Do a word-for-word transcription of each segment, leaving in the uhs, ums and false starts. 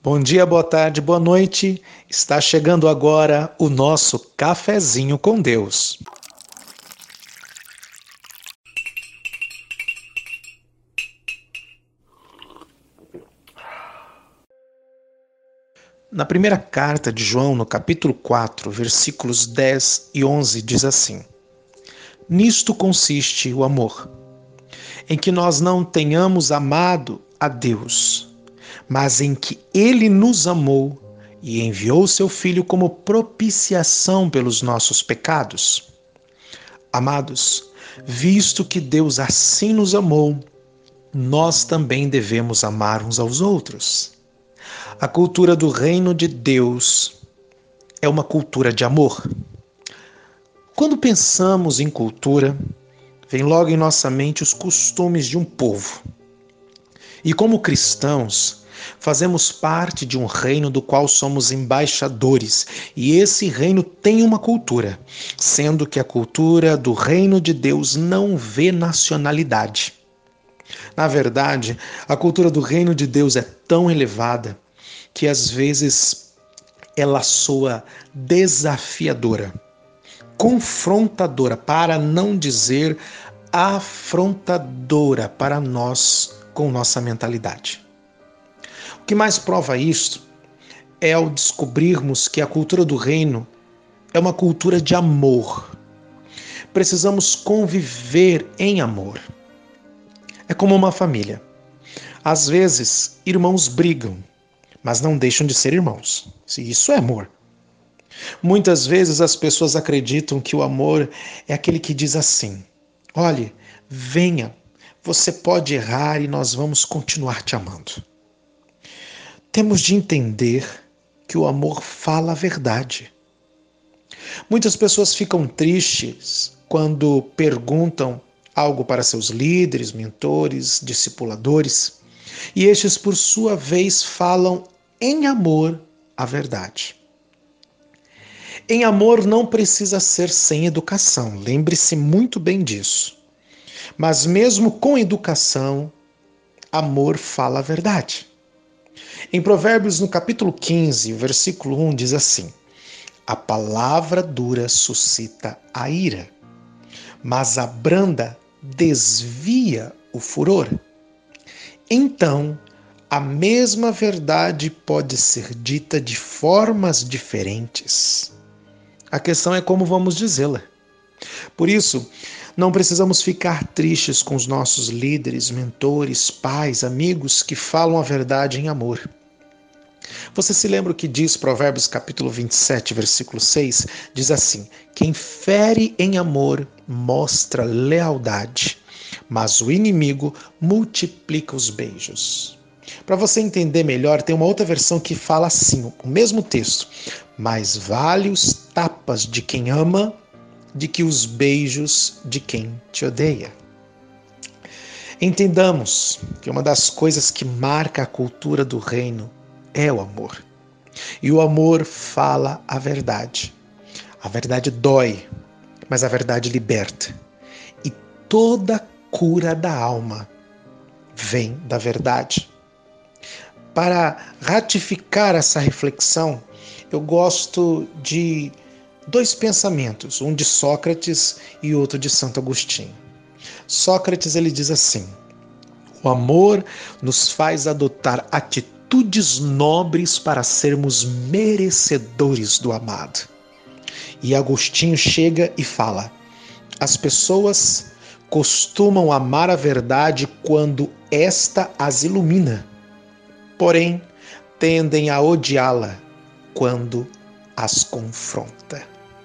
Bom dia, boa tarde, boa noite. Está chegando agora o nosso cafezinho com Deus. Na primeira carta de João, no capítulo quatro, versículos dez e onze, diz assim: Nisto consiste o amor, em que nós não tenhamos amado a Deus, mas em que Ele nos amou e enviou seu Filho como propiciação pelos nossos pecados. Amados, visto que Deus assim nos amou, nós também devemos amar uns aos outros. A cultura do reino de Deus é uma cultura de amor. Quando pensamos em cultura, vem logo em nossa mente os costumes de um povo. E como cristãos, fazemos parte de um reino do qual somos embaixadores, e esse reino tem uma cultura, sendo que a cultura do reino de Deus não vê nacionalidade. Na verdade, a cultura do reino de Deus é tão elevada que às vezes ela soa desafiadora, confrontadora, para não dizer afrontadora para nós com nossa mentalidade. O que mais prova isto é ao descobrirmos que a cultura do reino é uma cultura de amor. Precisamos conviver em amor. É como uma família. Às vezes, irmãos brigam, mas não deixam de ser irmãos. Isso é amor. Muitas vezes as pessoas acreditam que o amor é aquele que diz assim: olhe, venha, você pode errar e nós vamos continuar te amando. Temos de entender que o amor fala a verdade. Muitas pessoas ficam tristes quando perguntam algo para seus líderes, mentores, discipuladores, e estes, por sua vez, falam em amor a verdade. Em amor não precisa ser sem educação, lembre-se muito bem disso. Mas mesmo com educação, amor fala a verdade. Em Provérbios, no capítulo quinze, versículo um, diz assim: A palavra dura suscita a ira, mas a branda desvia o furor. Então, a mesma verdade pode ser dita de formas diferentes. A questão é como vamos dizê-la. Por isso, não precisamos ficar tristes com os nossos líderes, mentores, pais, amigos que falam a verdade em amor. Você se lembra o que diz Provérbios capítulo vinte e sete, versículo seis? Diz assim: Quem fere em amor mostra lealdade, mas o inimigo multiplica os beijos. Para você entender melhor, tem uma outra versão que fala assim, o mesmo texto: mais vale os tapas de quem ama do que os beijos de quem te odeia. Entendamos que uma das coisas que marca a cultura do reino é o amor. E o amor fala a verdade. A verdade dói, mas a verdade liberta. E toda cura da alma vem da verdade. Para ratificar essa reflexão, eu gosto de dois pensamentos, um de Sócrates e outro de Santo Agostinho. Sócrates, ele diz assim: o amor nos faz adotar atitudes nobres para sermos merecedores do amado. E Agostinho chega e fala: as pessoas costumam amar a verdade quando esta as ilumina, porém tendem a odiá-la quando as confronta.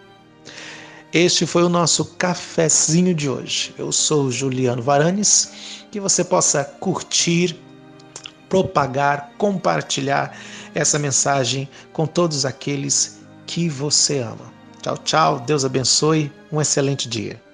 Este foi o nosso cafezinho de hoje. Eu sou Juliano Varanes. Que você possa curtir, propagar, compartilhar essa mensagem com todos aqueles que você ama. Tchau, tchau. Deus abençoe. Um excelente dia.